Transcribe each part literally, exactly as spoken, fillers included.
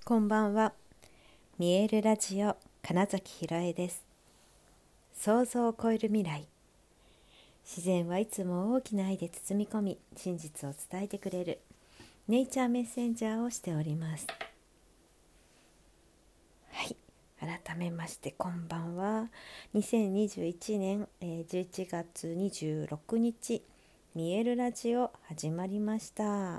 こんばんは。見えるラジオ金崎ひろえです。想像を超える未来。自然はいつも大きな愛で包み込み、真実を伝えてくれるネイチャーメッセンジャーをしております。はい、改めましてこんばんは。にせんにじゅういちねんじゅういちがつにじゅうろくにち、見えるラジオ始まりました。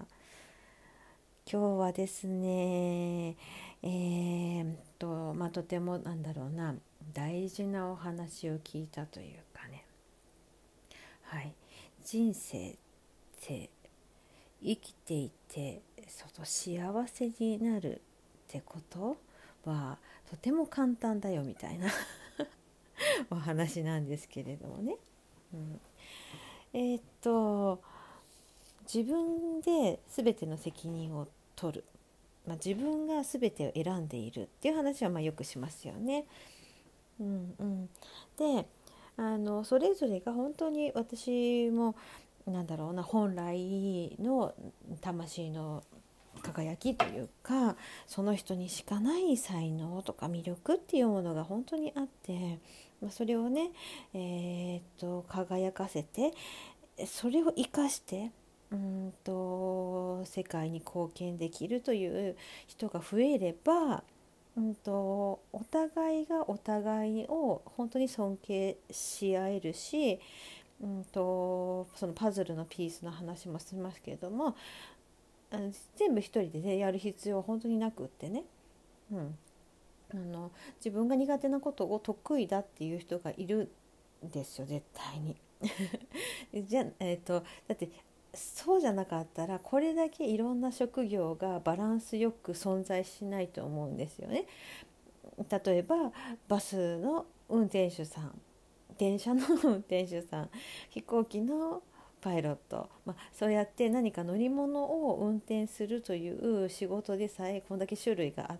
今日はですね、えー、とまあとてもなんだろうな大事なお話を聞いたというかね、はい、人生って生きていてその幸せになるってことはとても簡単だよみたいなお話なんですけれどもね、うん、えー、っと自分で全ての責任を取る、まあ、自分が全てを選んでいるっていう話はまあよくしますよね。うんうん、であのそれぞれが本当に私もなんだろうな本来の魂の輝きというかその人にしかない才能とか魅力っていうものが本当にあって、まあ、それをね、えー、っと輝かせてそれを生かしてうんと世界に貢献できるという人が増えれば、うんとお互いがお互いを本当に尊敬し合えるし、うんとそのパズルのピースの話もしますけれども、あの全部一人で、ね、やる必要は本当になくってね、うん、あの自分が苦手なことを得意だっていう人がいるんですよ絶対に。じゃ、えーと、だってそうじゃなかったらこれだけいろんな職業がバランスよく存在しないと思うんですよね。例えばバスの運転手さん、電車の運転手さん、飛行機のパイロット、まあ、そうやって何か乗り物を運転するという仕事でさえこんだけ種類があって、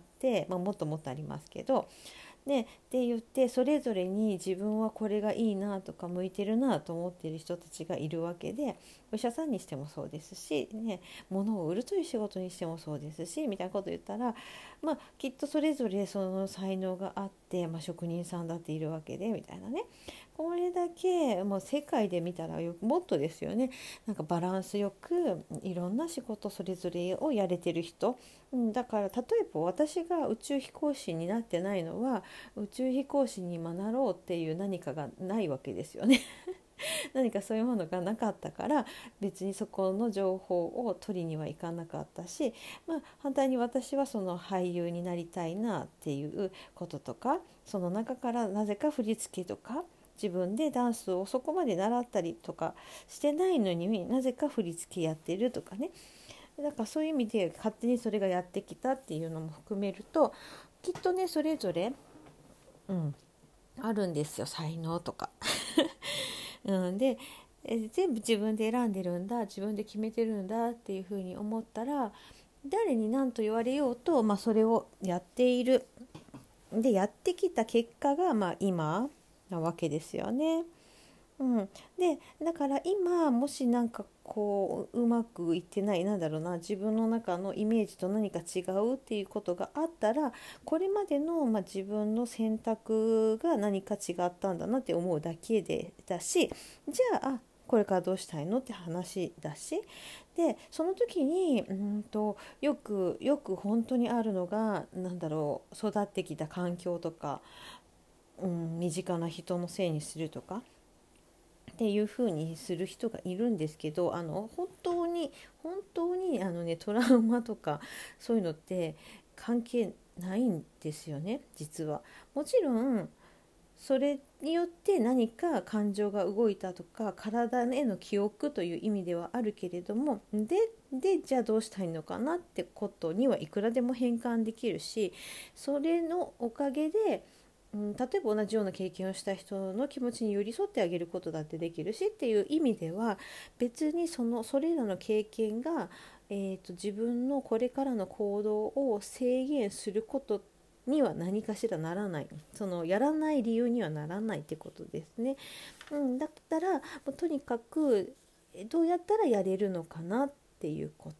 まあ、もっともっとありますけどね、って言ってそれぞれに自分はこれがいいなとか向いてるなと思っている人たちがいるわけで、お医者さんにしてもそうですし、ね、物を売るという仕事にしてもそうですしみたいなこと言ったら、まあ、きっとそれぞれその才能があって、まあ、職人さんだっているわけでみたいなね、これだけもう世界で見たらよもっとですよね。なんかバランスよくいろんな仕事それぞれをやれてる人、だから例えば私が宇宙飛行士になってないのは宇宙飛行士になろうっていう何かがないわけですよね。何かそういうものがなかったから別にそこの情報を取りにはいかなかったし、まあ、反対に私はその俳優になりたいなっていうこととか、その中からなぜか振り付けとか自分でダンスをそこまで習ったりとかしてないのになぜか振り付けやってるとかね、だからそういう意味で勝手にそれがやってきたっていうのも含めるときっとねそれぞれ、うん、あるんですよ才能とか、うん、でえ全部自分で選んでるんだ自分で決めてるんだっていうふうに思ったら誰に何と言われようと、まあ、それをやっているでやってきた結果が、まあ、今なわけですよね。うん、でだから今もしなんかこううまくいってない、なんだろうな、自分の中のイメージと何か違うっていうことがあったらこれまでの、まあ、自分の選択が何か違ったんだなって思うだけでだし、じゃあ、あこれからどうしたいのって話だし、でその時にうんとよくよく本当にあるのがなんだろう、育ってきた環境とか、うん、身近な人のせいにするとかっていう風にする人がいるんですけど、あの本当に本当にあのねトラウマとかそういうのって関係ないんですよね実は。もちろんそれによって何か感情が動いたとか体への記憶という意味ではあるけれども、ででじゃあどうしたいのかなってことにはいくらでも変換できるし、それのおかげでうん、例えば同じような経験をした人の気持ちに寄り添ってあげることだってできるしっていう意味では、別にそのそれらの経験が、えーと、自分のこれからの行動を制限することには何かしらならない、そのやらない理由にはならないってことですね。うん、だったらもうとにかくどうやったらやれるのかなっていうこと。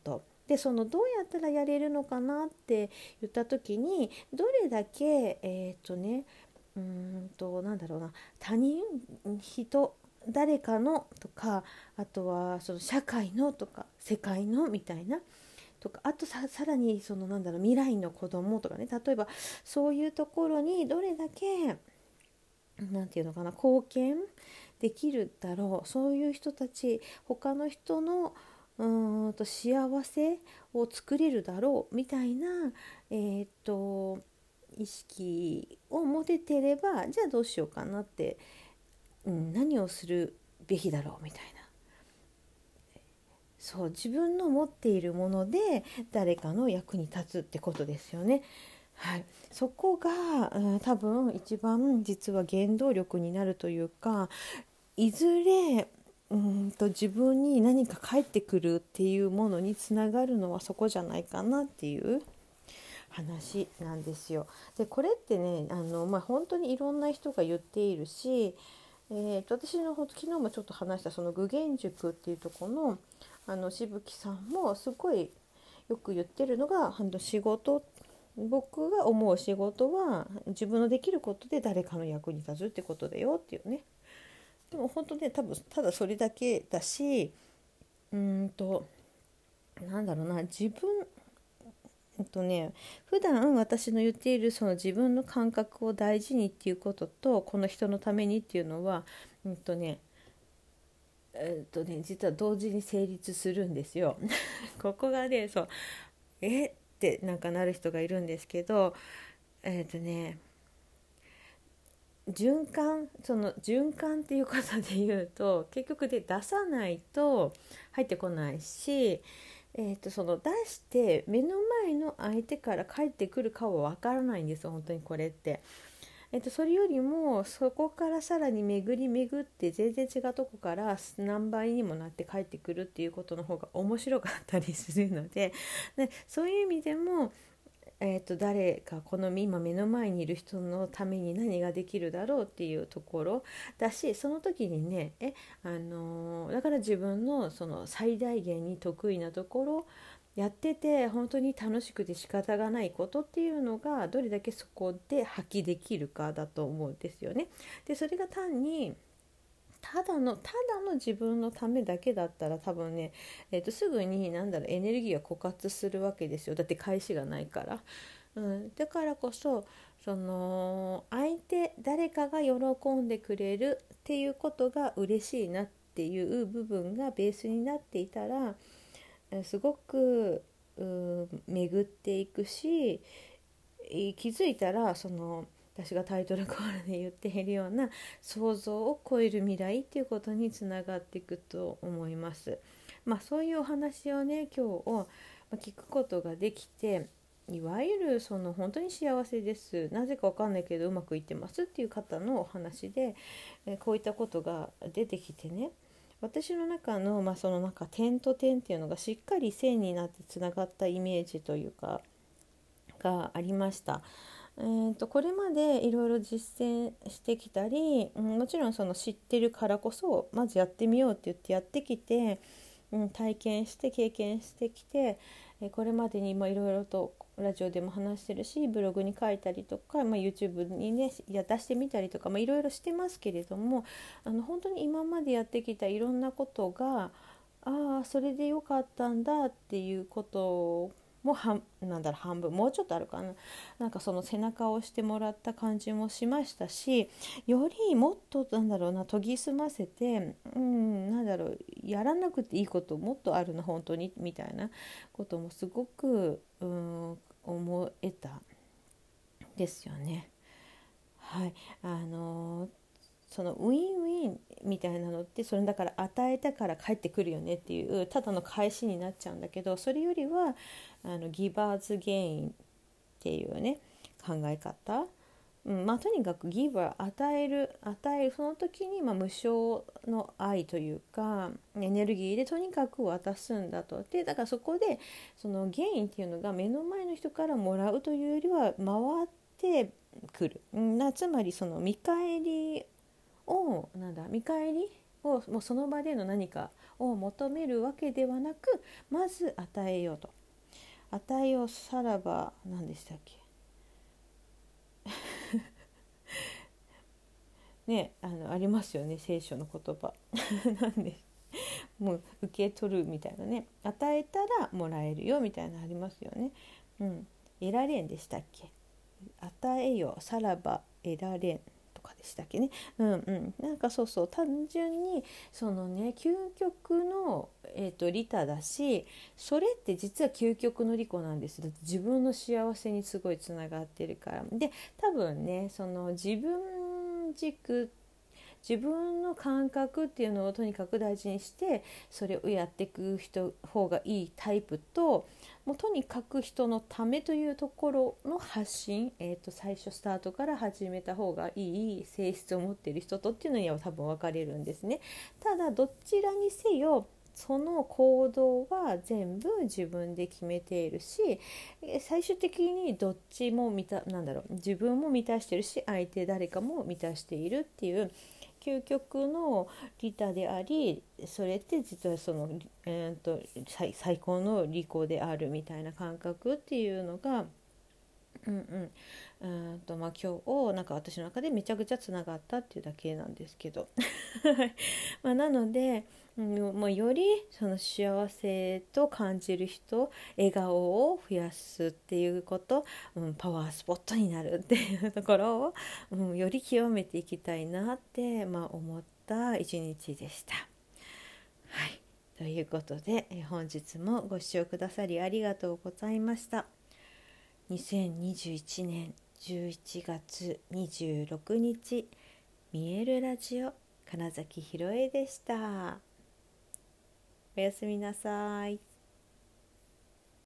でそのどうやったらやれるのかなって言った時に、どれだけえっ、とねうーんとなんだろうな、他人、人、誰かのとか、あとはその社会のとか世界のみたいなとか、あと さ, さらにそのなんだろう、未来の子供とかね、例えばそういうところにどれだけなんていうのかな、貢献できるだろう、そういう人たち、他の人のうーんと幸せを作れるだろうみたいな、えー、っと意識を持ててれば、じゃあどうしようかなって、うん、何をするべきだろうみたいな、そう自分の持っているもので誰かの役に立つってことですよね。はい、そこが、うん、多分一番実は原動力になるというか、いずれうんと自分に何か返ってくるっていうものにつながるのはそこじゃないかなっていう話なんですよ。でこれってね、あの、まあ、本当にいろんな人が言っているし、えー、と私の昨日もちょっと話したその具現塾っていうところのあのしぶきさんもすごいよく言ってるのが、あの仕事、僕が思う仕事は自分のできることで誰かの役に立つってことだよっていうね。でも本当ね、多分ただそれだけだし、うーんとなんだろうな、自分えっとね普段私の言っているその自分の感覚を大事にっていうことと、この人のためにっていうのは、うんとねえっとね実は同時に成立するんですよ。ここがね、そうえってなんかなる人がいるんですけど、えっとね循環、その循環っていうことで言うと、結局で出さないと入ってこないし、えー、とその出して目の前の相手から返ってくるかは分からないんですよ、本当にこれって。えー、とそれよりもそこからさらに巡り巡って全然違うとこから何倍にもなって帰ってくるっていうことの方が面白かったりするので、でそういう意味でもえー、と誰かこの今目の前にいる人のために何ができるだろうっていうところだし、その時にねえ、あのーだから自分のその最大限に得意なところやってて本当に楽しくて仕方がないことっていうのがどれだけそこで発揮できるかだと思うんですよね。でそれが単にただのただの自分のためだけだったら多分ね、えー、とすぐになんだろうエネルギーが枯渇するわけですよ。だって返しがないから、うん、だからこそその相手誰かが喜んでくれるっていうことが嬉しいなっていう部分がベースになっていたら、すごくう巡っていくし、気づいたらその私がタイトルコールで言っているような想像を超える未来っていうことにつながっていくと思います。まあそういうお話をね今日聞くことができて、いわゆるその本当に幸せです、なぜかわかんないけどうまくいってますっていう方のお話で、えこういったことが出てきてね、私の中の、まあ、そのなんか点と点っていうのがしっかり線になってつながったイメージというかがありました。えー、とこれまでいろいろ実践してきたり、うん、もちろんその知ってるからこそまずやってみようって言ってやってきて、うん、体験して経験してきて、えー、これまでにいろいろとラジオでも話してるしブログに書いたりとか、まあ、YouTube にねや出してみたりとかいろいろしてますけれども、あの本当に今までやってきたいろんなことがああそれでよかったんだっていうこともはなんだろう半分もうちょっとあるかな、なんかその背中を押してもらった感じもしましたし、よりもっとなんだろうな研ぎ澄ませて、うんなんだろうやらなくていいこともっとあるな本当にみたいなこともすごく、うん、思えたですよね。はい、あのーそのウィンウィンみたいなのってそれだから与えたから返ってくるよねっていうただの返しになっちゃうんだけど、それよりはあのギバーズゲインっていうね考え方、うんまあ、とにかくギバー与える与えるその時に、まあ、無償の愛というかエネルギーでとにかく渡すんだと。でだからそこでそのゲインっていうのが目の前の人からもらうというよりは回ってくる、なつまりその見返りをなんだ見返りをもうその場での何かを求めるわけではなく、まず与えようと。与えようさらば何でしたっけね、あのありますよね、聖書の言葉なんでもう受け取るみたいなね、与えたらもらえるよみたいなのありますよね。うん、得られんでしたっけ、与えよさらば得られんとかでしたっけね。うんうん、なんかそうそう、単純にそのね、究極の、えーと、利他だし、それって実は究極の利己なんです。だって自分の幸せにすごいつながってるから。で多分ね、その自分軸、自分の感覚っていうのをとにかく大事にしてそれをやっていく人方がいいタイプと、もうとにかく人のためというところの発信、えーと、最初スタートから始めた方がいい性質を持っている人とっていうのには多分分かれるんですね。ただどちらにせよその行動は全部自分で決めているし、最終的にどっちも満たなんだろう自分も満たしてるし、相手誰かも満たしているっていう究極の利他であり、それって実はその、えー、と 最, 最高の利己であるみたいな感覚っていうのが、うんうんうんとまあ、今日なんか私の中でめちゃくちゃつながったっていうだけなんですけどまあなので、うん、もうよりその幸せと感じる人、笑顔を増やすっていうこと、うん、パワースポットになるっていうところを、うん、より極めていきたいなって、まあ、思った一日でした。はい、ということで本日もご視聴くださりありがとうございました。にせんにじゅういちねんじゅういちがつにじゅうろくにち、見えるラジオ金崎ひろえでした。おやすみなさい。